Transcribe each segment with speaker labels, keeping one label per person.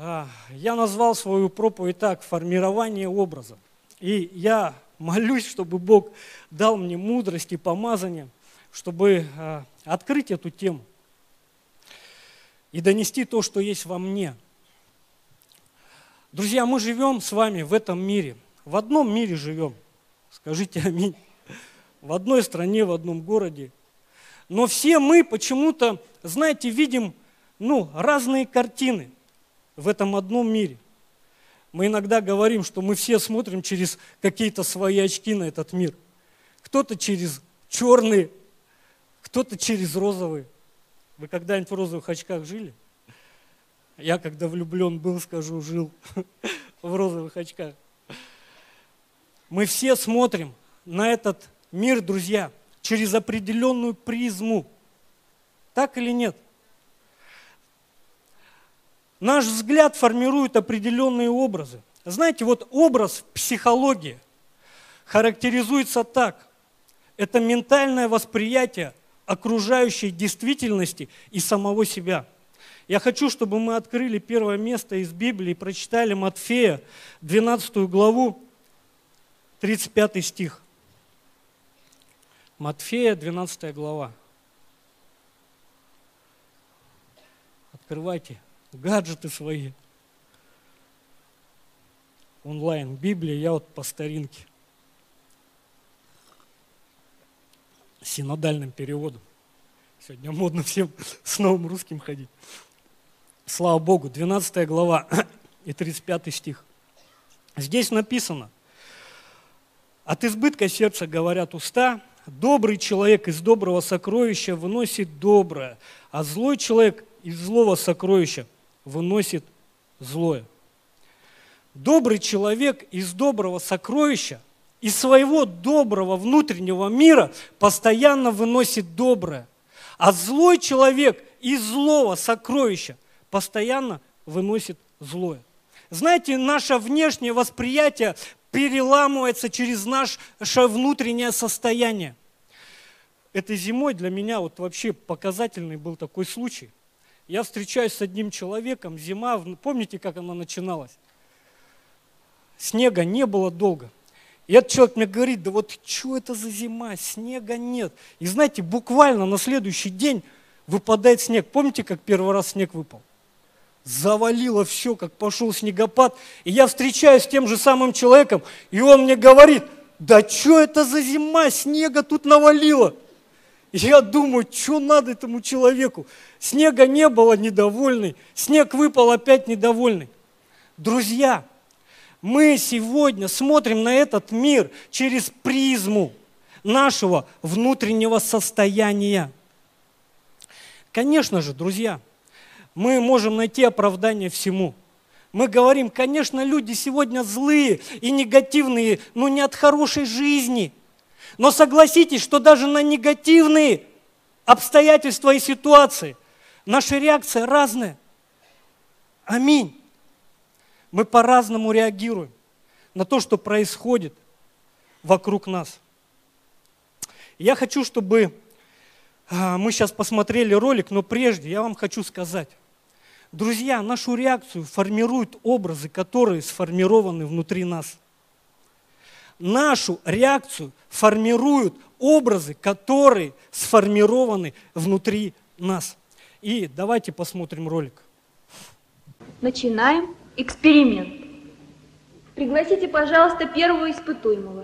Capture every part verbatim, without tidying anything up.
Speaker 1: Я назвал свою проповедь так: формирование образа. И я молюсь, чтобы Бог дал мне мудрость и помазание, чтобы открыть эту тему и донести то, что есть во мне. Друзья, мы живем с вами в этом мире. В одном мире живем. Скажите аминь. В одной стране, в одном городе. Но все мы почему-то, знаете, видим ну, разные картины в этом одном мире. Мы иногда говорим, что мы все смотрим через какие-то свои очки на этот мир. Кто-то через черные, кто-то через розовые. Вы когда-нибудь в розовых очках жили? Я, когда влюблен был, скажу, жил в розовых очках. Мы все смотрим на этот мир, друзья, через определенную призму. Так или нет? Наш взгляд формирует определенные образы. Знаете, вот образ в психологии характеризуется так. Это ментальное восприятие окружающей действительности и самого себя. Я хочу, чтобы мы открыли первое место из Библии и прочитали Матфея, двенадцатую главу, тридцать пятый стих. Матфея, двенадцатая глава. Открывайте гаджеты свои. Онлайн, Библия, я вот по старинке. С синодальным переводом. Сегодня модно всем с новым русским ходить. Слава Богу, двенадцатая глава и тридцать пятый стих. Здесь написано: от избытка сердца говорят уста, добрый человек из доброго сокровища выносит доброе, а злой человек из злого сокровища выносит злое. Добрый человек из доброго сокровища, из своего доброго внутреннего мира постоянно выносит доброе, а злой человек из злого сокровища постоянно выносит злое. Знаете, наше внешнее восприятие переламывается через наше внутреннее состояние. Этой зимой для меня вот вообще показательный был такой случай. Я встречаюсь с одним человеком, зима, помните, как она начиналась? Снега не было долго. И этот человек мне говорит: да вот что это за зима, снега нет. И знаете, буквально на следующий день выпадает снег. Помните, как первый раз снег выпал? Завалило все, как пошел снегопад. И я встречаюсь с тем же самым человеком, и он мне говорит: да что это за зима, снега тут навалило. И я думаю, что надо этому человеку? Снега не было, недовольный. Снег выпал, опять недовольный. Друзья, мы сегодня смотрим на этот мир через призму нашего внутреннего состояния. Конечно же, друзья, мы можем найти оправдание всему. Мы говорим, конечно, люди сегодня злые и негативные, но не от хорошей жизни. Но согласитесь, что даже на негативные обстоятельства и ситуации наша реакция разная. Аминь. Мы по-разному реагируем на то, что происходит вокруг нас. Я хочу, чтобы мы сейчас посмотрели ролик, но прежде я вам хочу сказать. Друзья, нашу реакцию формируют образы, которые сформированы внутри нас. Нашу реакцию формируют образы, которые сформированы внутри нас. И давайте посмотрим ролик.
Speaker 2: Начинаем эксперимент. Пригласите, пожалуйста, первого испытуемого.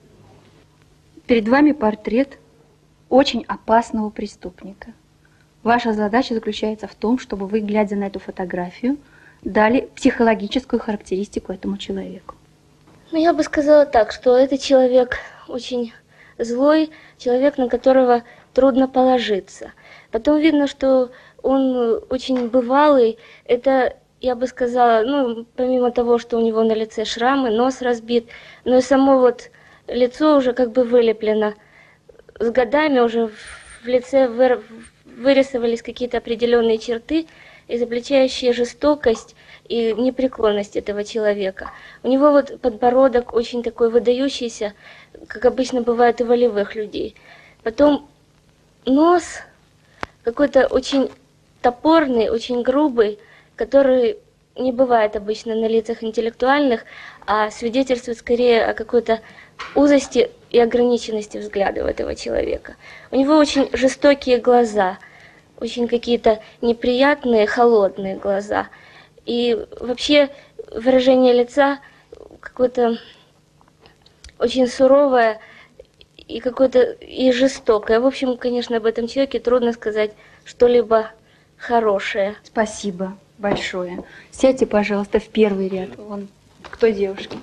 Speaker 2: Перед вами портрет очень опасного преступника. Ваша задача заключается в том, чтобы вы, глядя на эту фотографию, дали психологическую характеристику этому человеку.
Speaker 3: Ну, я бы сказала так, что этот человек очень злой, человек, на которого трудно положиться. Потом видно, что он очень бывалый. Это, я бы сказала, ну, помимо того, что у него на лице шрамы, нос разбит, но и само вот лицо уже как бы вылеплено. С годами уже в лице вырисовались какие-то определенные черты, изобличающие жестокость и непреклонность этого человека. У него вот подбородок очень такой выдающийся, как обычно бывает у волевых людей. Потом нос какой-то очень топорный, очень грубый, который не бывает обычно на лицах интеллектуальных, а свидетельствует скорее о какой-то узости и ограниченности взглядов этого человека. У него очень жестокие глаза, очень какие-то неприятные, холодные глаза. И вообще выражение лица какое-то очень суровое и какое-то и жестокое. В общем, конечно, об этом человеке трудно сказать что-либо хорошее.
Speaker 2: Спасибо большое. Сядьте, пожалуйста, в первый ряд. Вон, к той девушке.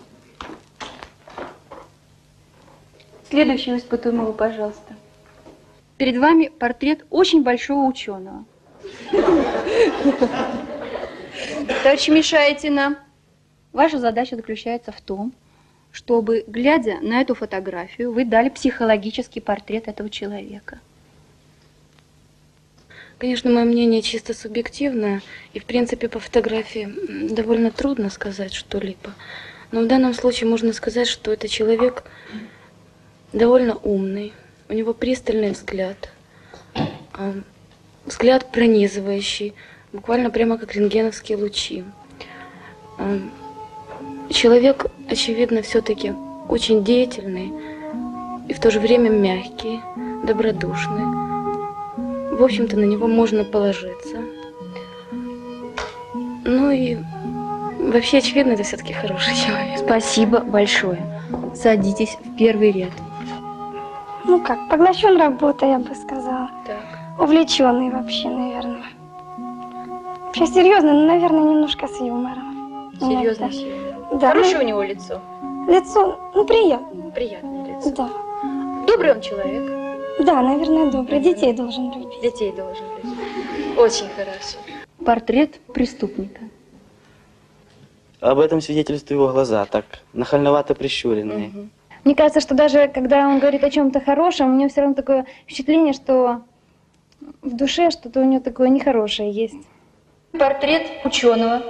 Speaker 2: Следующего испытуемого, пожалуйста. Перед вами портрет очень большого ученого. Товарищи, мешаете нам. Ваша задача заключается в том, чтобы, глядя на эту фотографию, вы дали психологический портрет этого человека.
Speaker 4: Конечно, мое мнение чисто субъективное, и, в принципе, по фотографии довольно трудно сказать что-либо. Но в данном случае можно сказать, что это человек довольно умный, у него пристальный взгляд, взгляд пронизывающий, буквально прямо как рентгеновские лучи. Человек, очевидно, все-таки очень деятельный и в то же время мягкий, добродушный. В общем-то, на него можно положиться. Ну и вообще, очевидно, это все-таки хороший человек.
Speaker 2: Спасибо большое. Садитесь в первый ряд.
Speaker 5: Ну как, поглощен работой, я бы сказала.
Speaker 4: Так.
Speaker 5: Увлеченный вообще, наверное. Вообще серьезно, но, наверное, немножко с юмором.
Speaker 4: Серьезно,
Speaker 5: Иногда.
Speaker 4: серьезно.
Speaker 5: Да,
Speaker 6: Хорошее
Speaker 5: ну,
Speaker 6: у него лицо?
Speaker 5: лицо, ну, приятное.
Speaker 6: Приятное лицо.
Speaker 5: Да.
Speaker 6: Добрый он человек?
Speaker 5: Да, наверное, добрый. Детей должен любить.
Speaker 6: Детей должен любить. Очень хорошо.
Speaker 2: Портрет преступника.
Speaker 7: Об этом свидетельствуют его глаза, так нахальновато прищуренные.
Speaker 6: Угу.
Speaker 8: Мне кажется, что даже когда он говорит о чем-то хорошем, у него все равно такое впечатление, что в душе что-то у него такое нехорошее есть.
Speaker 2: Портрет ученого.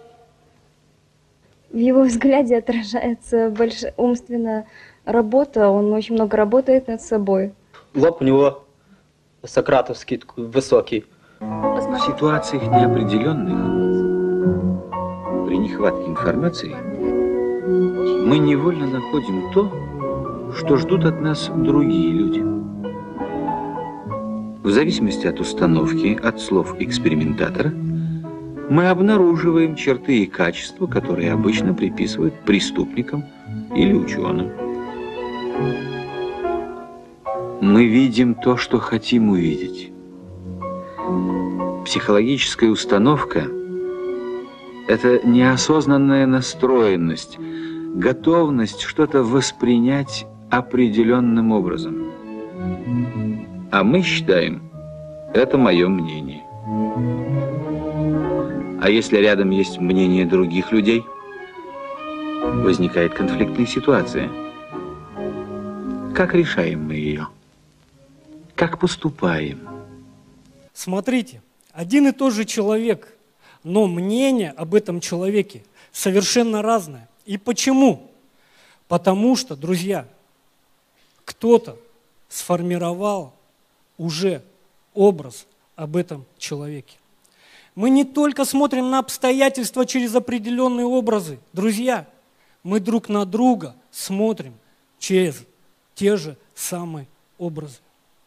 Speaker 8: В его взгляде отражается большая умственная работа, он очень много работает над собой.
Speaker 9: Лоб у него сократовский, такой высокий.
Speaker 10: В ситуациях неопределенных, при нехватке информации, мы невольно находим то, что ждут от нас другие люди. В зависимости от установки, от слов экспериментатора, мы обнаруживаем черты и качества, которые обычно приписывают преступникам или ученым. Мы видим то, что хотим увидеть. Психологическая установка – это неосознанная настроенность, готовность что-то воспринять определенным образом. А мы считаем, это мое мнение. А если рядом есть мнение других людей, возникает конфликтная ситуация. Как решаем мы ее? Как поступаем?
Speaker 1: Смотрите, один и тот же человек, но мнение об этом человеке совершенно разное. И почему? Потому что, друзья, кто-то сформировал уже образ об этом человеке. Мы не только смотрим на обстоятельства через определенные образы, друзья, мы друг на друга смотрим через те же самые образы.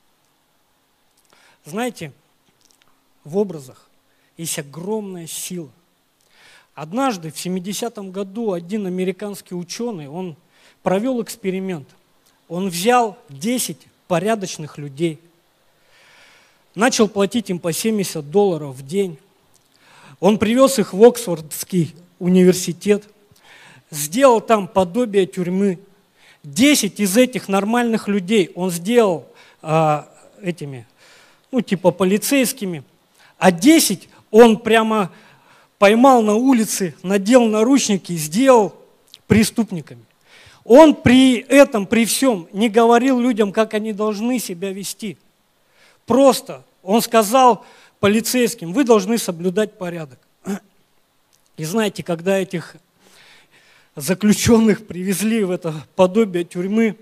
Speaker 1: Знаете, в образах есть огромная сила. Однажды, в семидесятом году, один американский ученый, он провел эксперимент. Он взял десять порядочных людей, начал платить им по семьдесят долларов в день. Он привез их в Оксфордский университет, сделал там подобие тюрьмы. Десять из этих нормальных людей он сделал а, этими, ну типа полицейскими, а десять он прямо поймал на улице, надел наручники и сделал преступниками. Он при этом, при всем не говорил людям, как они должны себя вести. Просто он сказал полицейским: вы должны соблюдать порядок. И знаете, когда этих заключенных привезли в это подобие тюрьмы,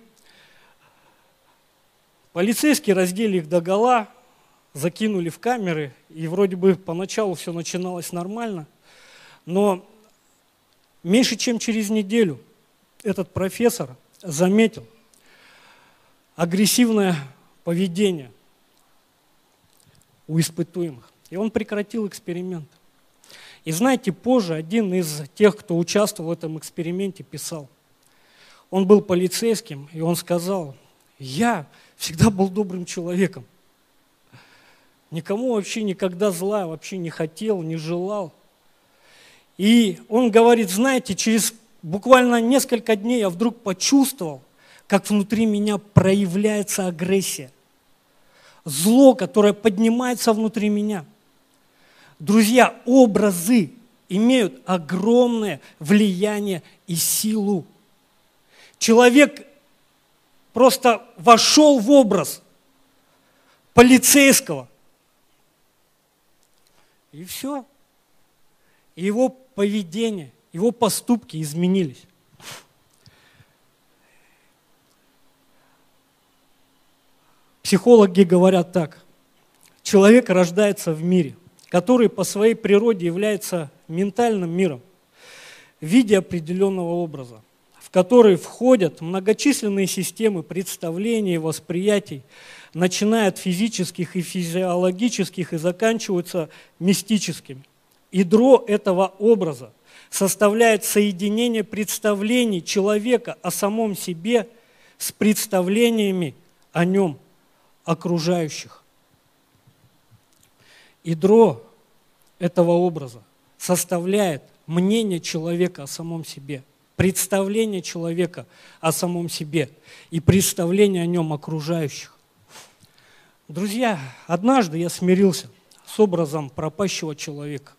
Speaker 1: полицейские раздели их догола, закинули в камеры, и вроде бы поначалу все начиналось нормально, Но меньше чем через неделю этот профессор заметил агрессивное поведение у испытуемых. И он прекратил эксперимент. И знаете, позже один из тех, кто участвовал в этом эксперименте, писал. Он был полицейским, и он сказал: я всегда был добрым человеком. Никому вообще никогда зла вообще не хотел, не желал. И он говорит: знаете, через буквально несколько дней я вдруг почувствовал, как внутри меня проявляется агрессия. Зло, которое поднимается внутри меня. Друзья, образы имеют огромное влияние и силу. Человек просто вошел в образ полицейского. И все. И его поведение, его поступки изменились. Психологи говорят так. Человек рождается в мире, который по своей природе является ментальным миром в виде определенного образа, в который входят многочисленные системы представлений и восприятий, начиная от физических и физиологических и заканчиваются мистическими. Ядро этого образа составляет соединение представлений человека о самом себе с представлениями о нем окружающих. Ядро этого образа составляет мнение человека о самом себе, представление человека о самом себе и представление о нем окружающих. Друзья, однажды я смирился с образом пропащего человека.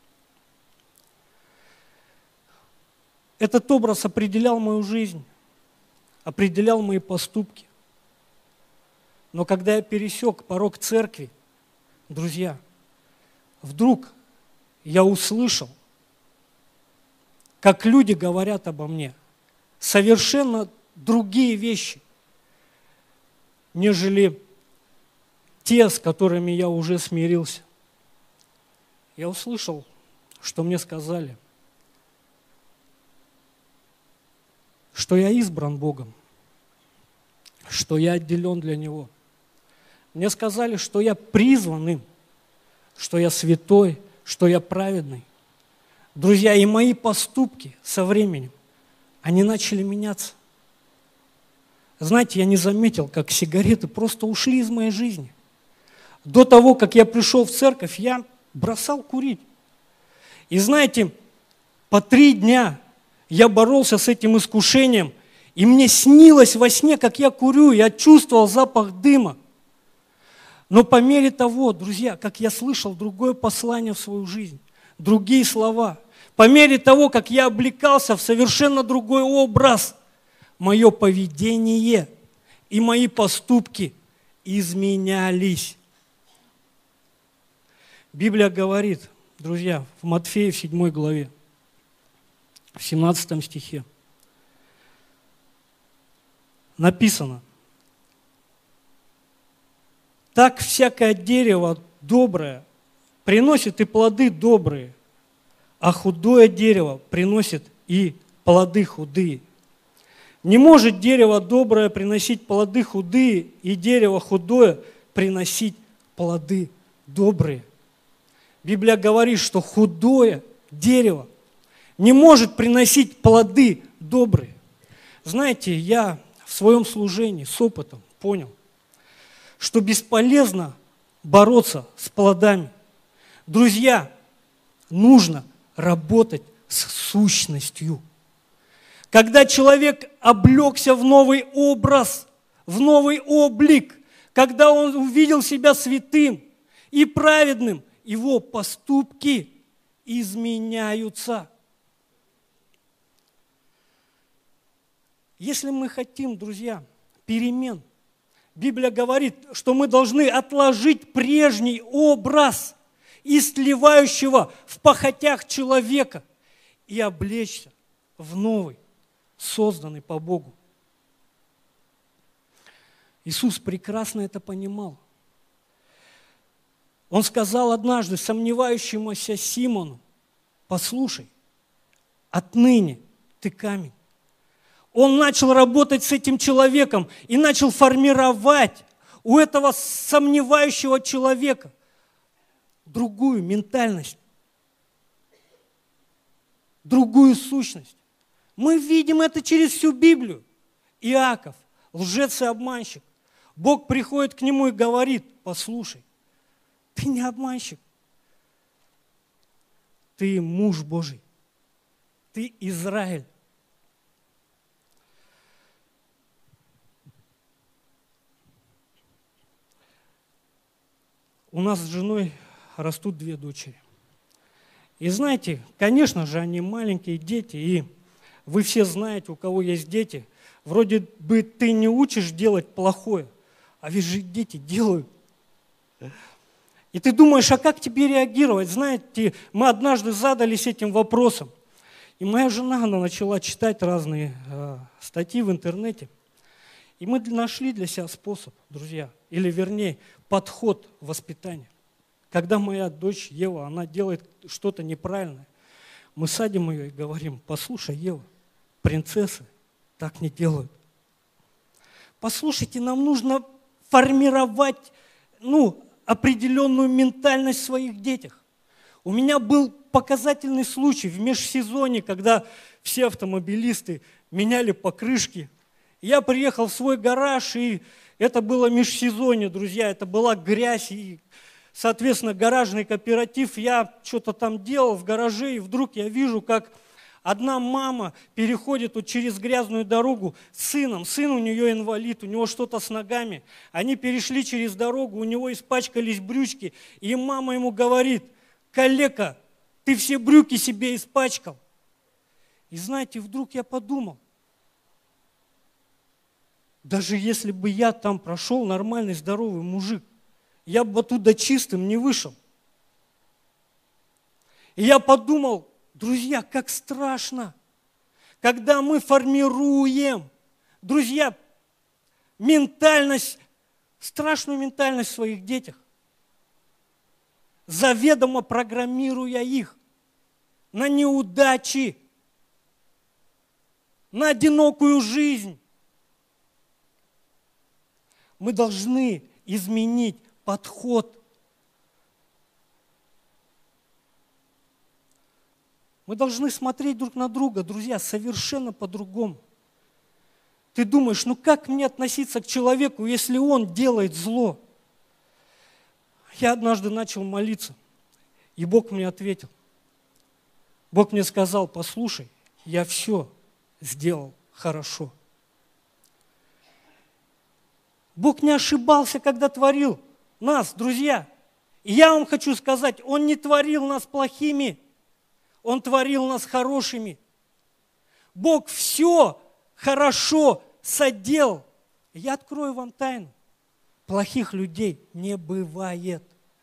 Speaker 1: Этот образ определял мою жизнь, определял мои поступки. Но когда я пересек порог церкви, друзья, вдруг я услышал, как люди говорят обо мне совершенно другие вещи, нежели те, с которыми я уже смирился. Я услышал, что мне сказали, что я избран Богом, что я отделен для Него. Мне сказали, что я призван им, что я святой, что я праведный. Друзья, и мои поступки со временем, они начали меняться. Знаете, я не заметил, как сигареты просто ушли из моей жизни. До того, как я пришел в церковь, я бросал курить. И знаете, по три дня я боролся с этим искушением, и мне снилось во сне, как я курю, я чувствовал запах дыма. Но по мере того, друзья, как я слышал другое послание в свою жизнь, другие слова, по мере того, как я облекался в совершенно другой образ, мое поведение и мои поступки изменялись. Библия говорит, друзья, в Матфея в седьмой главе, в семнадцатом стихе написано: «Так всякое дерево доброе приносит и плоды добрые, а худое дерево приносит и плоды худые. Не может дерево доброе приносить плоды худые, и дерево худое приносить плоды добрые». Библия говорит, что худое дерево не может приносить плоды добрые. Знаете, я в своем служении с опытом понял, что бесполезно бороться с плодами. Друзья, нужно работать с сущностью. Когда человек облегся в новый образ, в новый облик, когда он увидел себя святым и праведным, его поступки изменяются. Если мы хотим, друзья, перемен, Библия говорит, что мы должны отложить прежний образ истлевающего в похотях человека и облечься в новый, созданный по Богу. Иисус прекрасно это понимал. Он сказал однажды сомневающемуся Симону: послушай, отныне ты камень. Он начал работать с этим человеком и начал формировать у этого сомневающего человека другую ментальность, другую сущность. Мы видим это через всю Библию. Иаков, лжец и обманщик. Бог приходит к нему и говорит: послушай, ты не обманщик, ты муж Божий, ты Израиль. У нас с женой растут две дочери. И знаете, конечно же, они маленькие дети, и вы все знаете, у кого есть дети, вроде бы ты не учишь делать плохое, а ведь же дети делают. И ты думаешь, а как тебе реагировать? Знаете, мы однажды задались этим вопросом. И моя жена, она начала читать разные э, статьи в интернете. И мы нашли для себя способ, друзья, или вернее, подход воспитания. Когда моя дочь Ева, она делает что-то неправильное, мы садим ее и говорим: послушай, Ева, принцессы так не делают. Послушайте, нам нужно формировать, ну, определенную ментальность в своих детях. У меня был показательный случай в межсезонье, когда все автомобилисты меняли покрышки. Я приехал в свой гараж, и это было межсезонье, друзья, это была грязь, и, соответственно, гаражный кооператив. Я что-то там делал в гараже, и вдруг я вижу, как одна мама переходит вот через грязную дорогу с сыном. Сын у нее инвалид, у него что-то с ногами. Они перешли через дорогу, у него испачкались брючки, и мама ему говорит: калека, ты все брюки себе испачкал. И знаете, вдруг я подумал, даже если бы я там прошел, нормальный, здоровый мужик, я бы оттуда чистым не вышел. И я подумал: друзья, как страшно, когда мы формируем, друзья, ментальность, страшную ментальность в своих детях, заведомо программируя их на неудачи, на одинокую жизнь. Мы должны изменить подход. Мы должны смотреть друг на друга, друзья, совершенно по-другому. Ты думаешь, ну как мне относиться к человеку, если он делает зло? Я однажды начал молиться, и Бог мне ответил. Бог мне сказал: послушай, я все сделал хорошо. Бог не ошибался, когда творил нас, друзья. И я вам хочу сказать, Он не творил нас плохими, Он творил нас хорошими. Бог все хорошо соделал. Я открою вам тайну. Плохих людей не бывает.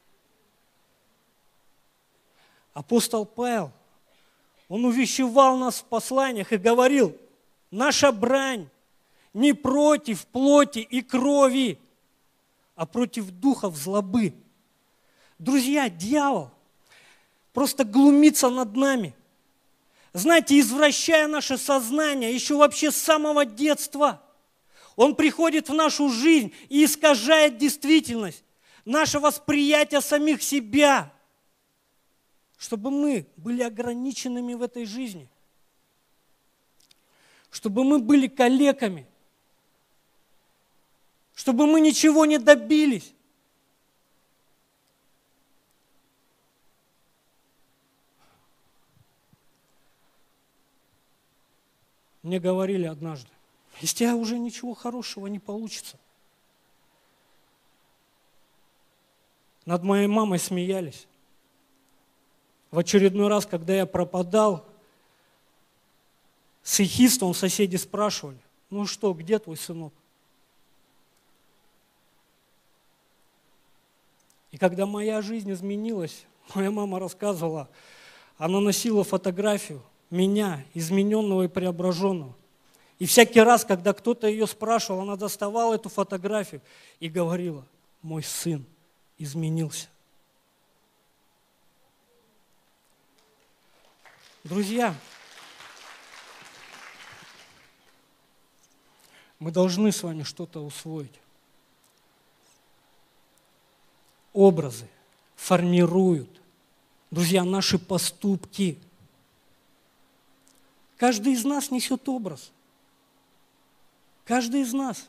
Speaker 1: Апостол Павел, он увещевал нас в посланиях и говорил: наша брань не против плоти и крови, а против духов злобы. Друзья, дьявол просто глумится над нами. Знаете, извращая наше сознание еще вообще с самого детства. Он приходит в нашу жизнь и искажает действительность, наше восприятие самих себя, чтобы мы были ограниченными в этой жизни, чтобы мы были калеками, чтобы мы ничего не добились. Мне говорили однажды: из тебя уже ничего хорошего не получится. Над моей мамой смеялись. В очередной раз, когда я пропадал, с эхистом соседи спрашивали: ну что, где твой сынок? И когда моя жизнь изменилась, моя мама рассказывала, она носила фотографию меня, измененного и преображенного. И всякий раз, когда кто-то ее спрашивал, она доставала эту фотографию и говорила: мой сын изменился. Друзья, мы должны с вами что-то усвоить. Образы формируют, друзья, наши поступки. Каждый из нас несет образ. Каждый из нас.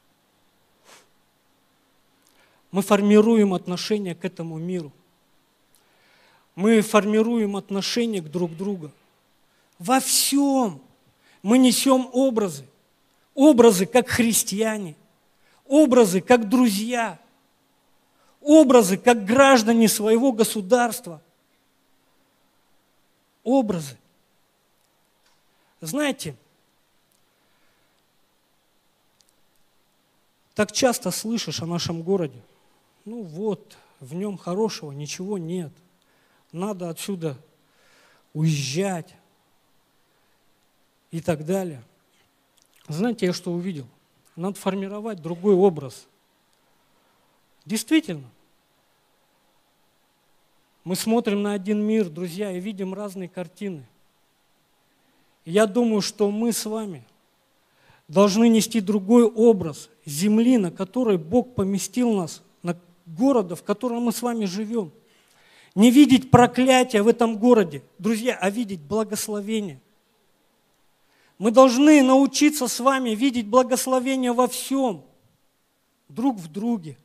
Speaker 1: Мы формируем отношение к этому миру. Мы формируем отношение к друг другу. Во всем мы несем образы. Образы как христиане, образы как друзья, образы как граждане своего государства. Образы. Знаете, так часто слышишь о нашем городе. Ну вот, в нем хорошего ничего нет. Надо отсюда уезжать и так далее. Знаете, я что увидел? Надо формировать другой образ. Действительно. Мы смотрим на один мир, друзья, и видим разные картины. И я думаю, что мы с вами должны нести другой образ земли, на которой Бог поместил нас, на города, в котором мы с вами живем. Не видеть проклятия в этом городе, друзья, а видеть благословение. Мы должны научиться с вами видеть благословение во всем, друг в друге.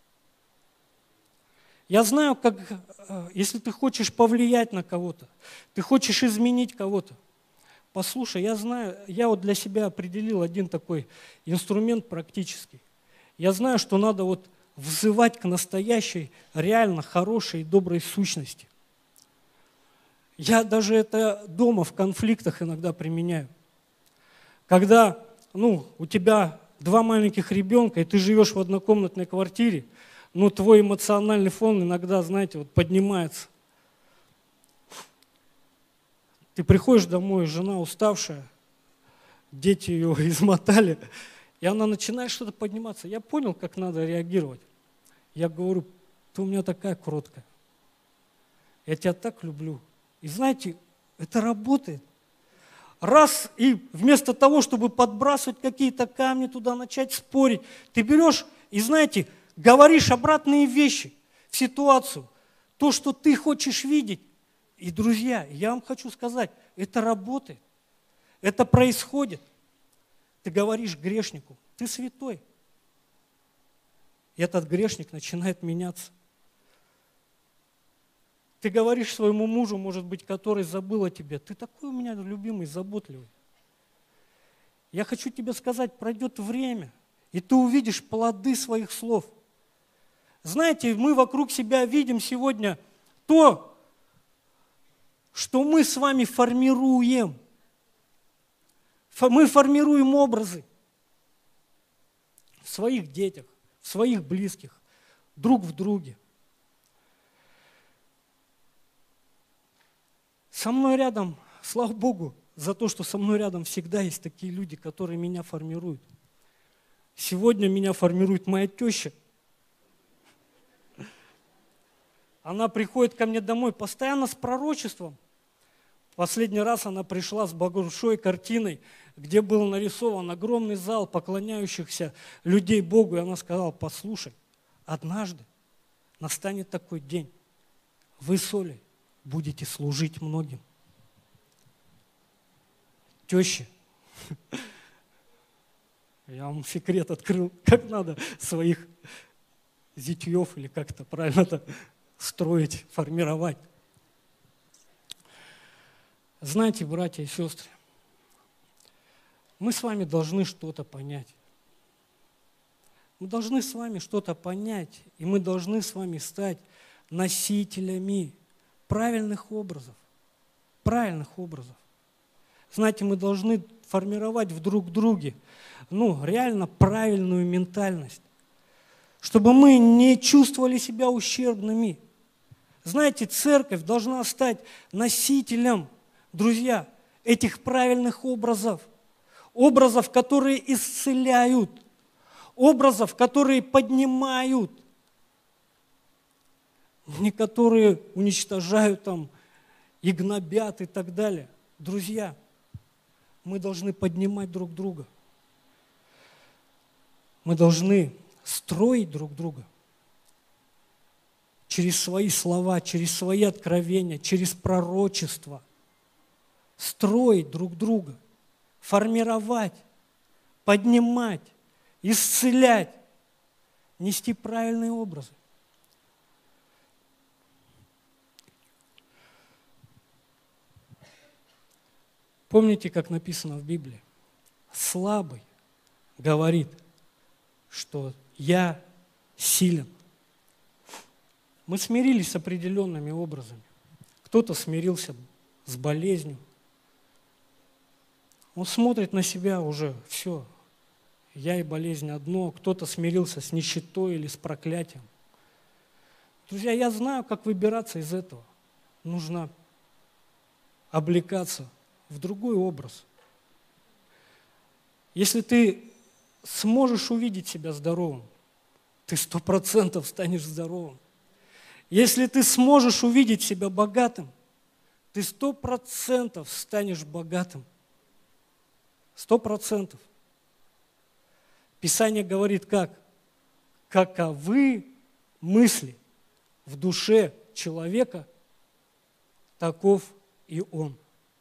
Speaker 1: Я знаю, как, если ты хочешь повлиять на кого-то, ты хочешь изменить кого-то, послушай, я знаю, я вот для себя определил один такой инструмент практический. Я знаю, что надо вот взывать к настоящей, реально хорошей и доброй сущности. Я даже это дома в конфликтах иногда применяю. Когда ну, у тебя два маленьких ребенка, и ты живешь в однокомнатной квартире, ну, твой эмоциональный фон иногда, знаете, вот поднимается. Ты приходишь домой, жена уставшая, дети ее измотали, и она начинает что-то подниматься. Я понял, как надо реагировать. Я говорю, ты у меня такая кроткая. Я тебя так люблю. И знаете, это работает. Раз, и вместо того, чтобы подбрасывать какие-то камни туда, начать спорить, ты берешь и, знаете, говоришь обратные вещи в ситуацию. То, что ты хочешь видеть. И, друзья, я вам хочу сказать, это работает. Это происходит. Ты говоришь грешнику, ты святой. И этот грешник начинает меняться. Ты говоришь своему мужу, может быть, который забыл о тебе, ты такой у меня любимый, заботливый. Я хочу тебе сказать, пройдет время, и ты увидишь плоды своих слов. Знаете, мы вокруг себя видим сегодня то, что мы с вами формируем. Мы формируем образы в своих детях, в своих близких, друг в друге. Со мной рядом, слава Богу, за то, что со мной рядом всегда есть такие люди, которые меня формируют. Сегодня меня формирует моя теща. Она приходит ко мне домой постоянно с пророчеством. Последний раз она пришла с большой картиной, где был нарисован огромный зал поклоняющихся людей Богу. И она сказала, послушай, однажды настанет такой день, вы с Олей будете служить многим. Теща, я вам секрет открыл, как надо своих зятьев, или как это правильно строить, формировать. Знаете, братья и сестры, мы с вами должны что-то понять. Мы должны с вами что-то понять, и мы должны с вами стать носителями правильных образов. Правильных образов. Знаете, мы должны формировать в друг друге, ну, реально правильную ментальность, чтобы мы не чувствовали себя ущербными. Знаете, церковь должна стать носителем, друзья, этих правильных образов. Образов, которые исцеляют, образов, которые поднимают, не которые уничтожают там и гнобят и так далее. Друзья, мы должны поднимать друг друга. Мы должны строить друг друга через свои слова, через свои откровения, через пророчество. Строить друг друга, формировать, поднимать, исцелять, нести правильные образы. Помните, как написано в Библии? Слабый говорит, что я силен. Мы смирились с определенными образами. Кто-то смирился с болезнью. Он смотрит на себя уже, все, я и болезнь одно. Кто-то смирился с нищетой или с проклятием. Друзья, я знаю, как выбираться из этого. Нужно облекаться в другой образ. Если ты сможешь увидеть себя здоровым, ты сто процентов станешь здоровым. Если ты сможешь увидеть себя богатым, ты сто процентов станешь богатым. Сто процентов. Писание говорит как? Каковы мысли в душе человека, таков и он.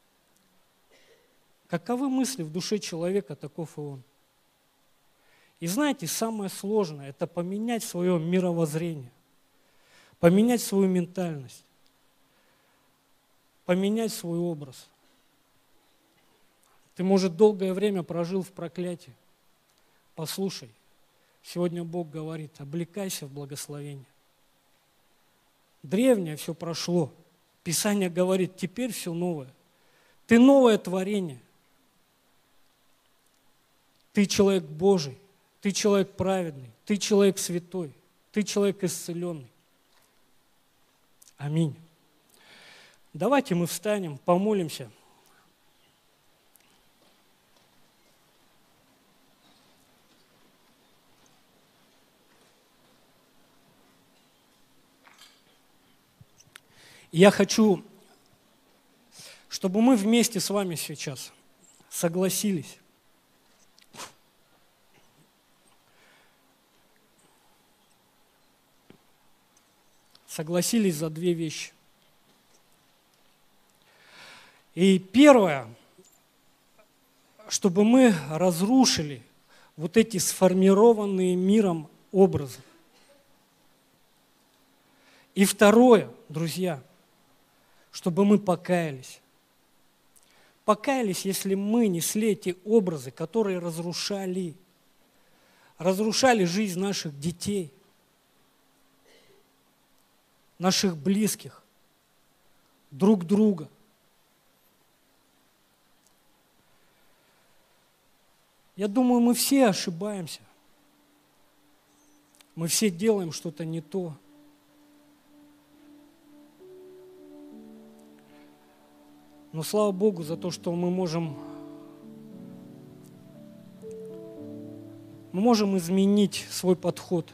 Speaker 1: Каковы мысли в душе человека, таков и он. И знаете, самое сложное – это поменять свое мировоззрение, поменять свою ментальность, поменять свой образ. Ты, может, долгое время прожил в проклятии. Послушай, сегодня Бог говорит, облекайся в благословение. Древнее все прошло. Писание говорит, теперь все новое. Ты новое творение. Ты человек Божий, ты человек праведный, ты человек святой, ты человек исцеленный. Аминь. Давайте мы встанем, помолимся. Я хочу, чтобы мы вместе с вами сейчас согласились. Согласились за две вещи. И первое, чтобы мы разрушили вот эти сформированные миром образы. И второе, друзья, чтобы мы покаялись. Покаялись, если мы несли эти образы, которые разрушали, разрушали жизнь наших детей, наших близких, друг друга. Я думаю, мы все ошибаемся. Мы все делаем что-то не то. Но слава Богу за то, что мы можем, мы можем изменить свой подход.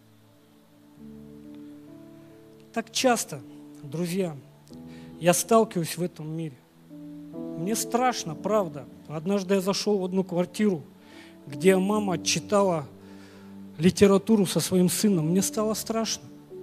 Speaker 1: Так часто, друзья, я сталкиваюсь в этом мире. Мне страшно, правда. Однажды я зашел в одну квартиру, где мама читала литературу со своим сыном. Мне стало страшно.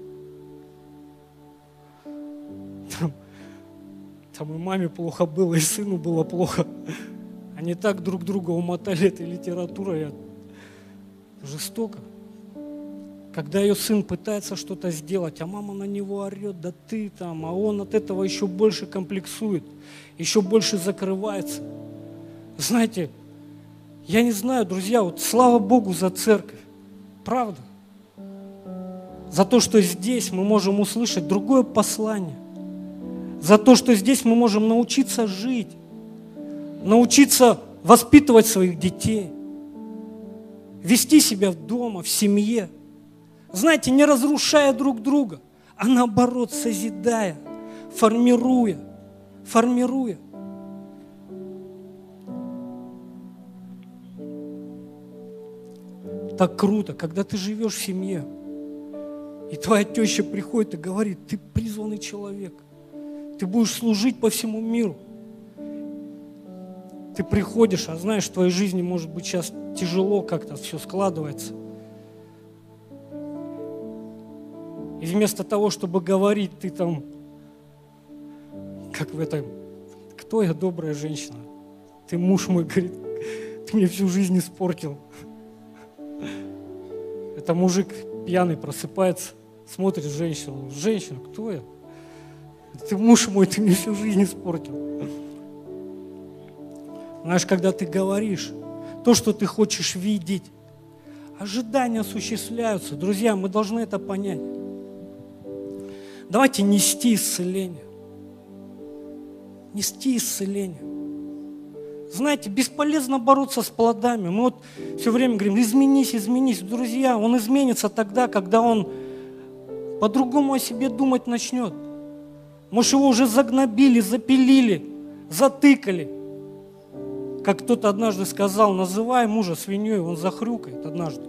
Speaker 1: Там, там и маме плохо было, и сыну было плохо. Они так друг друга умотали этой литературой. Жестоко. Когда ее сын пытается что-то сделать, а мама на него орет, да ты там, а он от этого еще больше комплексует, еще больше закрывается. Знаете, я не знаю, друзья, вот слава Богу за церковь, правда? За то, что здесь мы можем услышать другое послание, за то, что здесь мы можем научиться жить, научиться воспитывать своих детей, вести себя дома, в семье. Знаете, не разрушая друг друга, а наоборот, созидая, формируя, формируя. Так круто, когда ты живешь в семье, и твоя теща приходит и говорит, ты призванный человек, ты Ты будешь служить по всему миру. Ты приходишь, а знаешь, в твоей жизни, может быть, сейчас тяжело как-то все складывается. И вместо того, чтобы говорить, ты там, как в этом, кто я, добрая женщина? Ты, муж мой, говорит, ты мне всю жизнь испортил. Это мужик пьяный просыпается, смотрит женщину. Женщина, кто я? Ты, муж мой, ты мне всю жизнь испортил. Знаешь, когда ты говоришь то, что ты хочешь видеть, ожидания осуществляются. Друзья, мы должны это понять. Давайте нести исцеление. Нести исцеление. Знаете, бесполезно бороться с плодами. Мы вот все время говорим, изменись, изменись. Друзья, он изменится тогда, когда он по-другому о себе думать начнет. Может, его уже загнобили, запилили, затыкали. Как кто-то однажды сказал, называй мужа свиньей, он захрюкает однажды.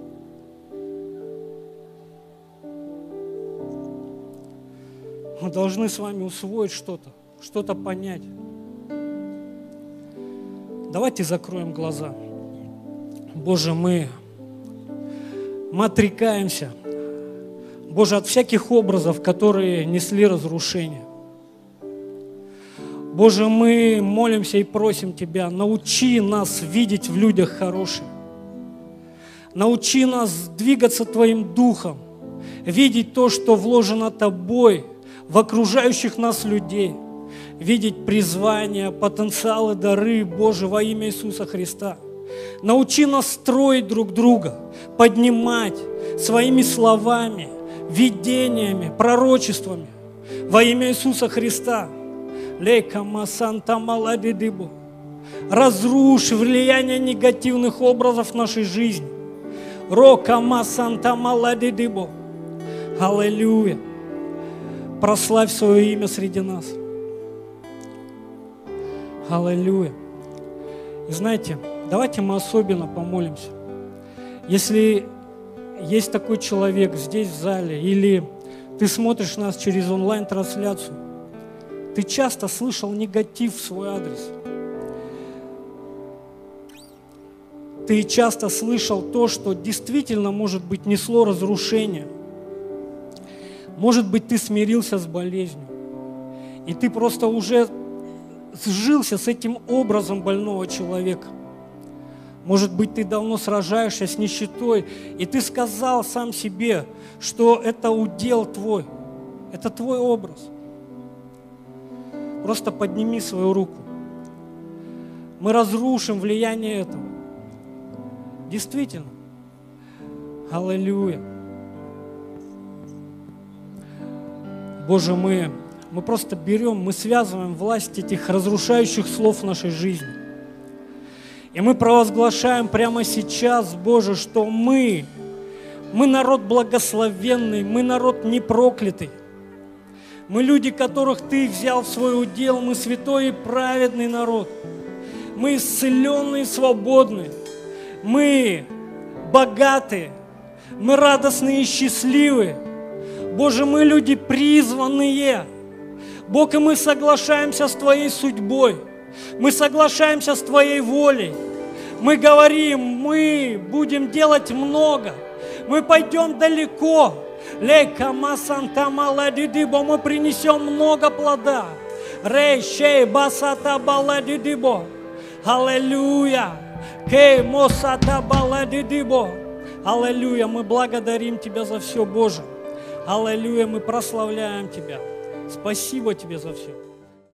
Speaker 1: Мы должны с вами усвоить что-то, что-то понять. Давайте закроем глаза. Боже, мы, мы отрекаемся, Боже, от всяких образов, которые несли разрушение. Боже, мы молимся и просим Тебя, научи нас видеть в людях хорошее. Научи нас двигаться Твоим Духом, видеть то, что вложено Тобой в окружающих нас людей, видеть призвания, потенциалы, дары, Боже, во имя Иисуса Христа. Научи нас строить друг друга, поднимать своими словами, видениями, пророчествами во имя Иисуса Христа. Разрушь влияние негативных образов в нашей жизни. Аллилуйя. Прославь свое имя среди нас. Аллилуйя. И знаете, давайте мы особенно помолимся. Если есть такой человек здесь в зале, или ты смотришь нас через онлайн-трансляцию, ты часто слышал негатив в свой адрес. Ты часто слышал то, что действительно, может быть, несло разрушение. Может быть, ты смирился с болезнью. И ты просто уже сжился с этим образом больного человека. Может быть, ты давно сражаешься с нищетой, и ты сказал сам себе, что это удел твой, это твой образ. Просто подними свою руку. Мы разрушим влияние этого. Действительно. Аллилуйя. Боже, мы, мы просто берем, мы связываем власть этих разрушающих слов в нашей жизни. И мы провозглашаем прямо сейчас, Боже, что мы, мы народ благословенный, мы народ не проклятый. Мы люди, которых Ты взял в свой удел, мы святой и праведный народ. Мы исцеленные и свободные. Мы богатые, мы радостные и счастливые. Боже, мы люди призванные. Бог, и мы соглашаемся с Твоей судьбой. Мы соглашаемся с Твоей волей. Мы говорим, мы будем делать много. Мы пойдем далеко. Мы принесем много плода. Аллилуйя. Аллилуйя. Мы благодарим Тебя за все, Боже. Аллилуйя. Мы прославляем Тебя. Спасибо Тебе за все.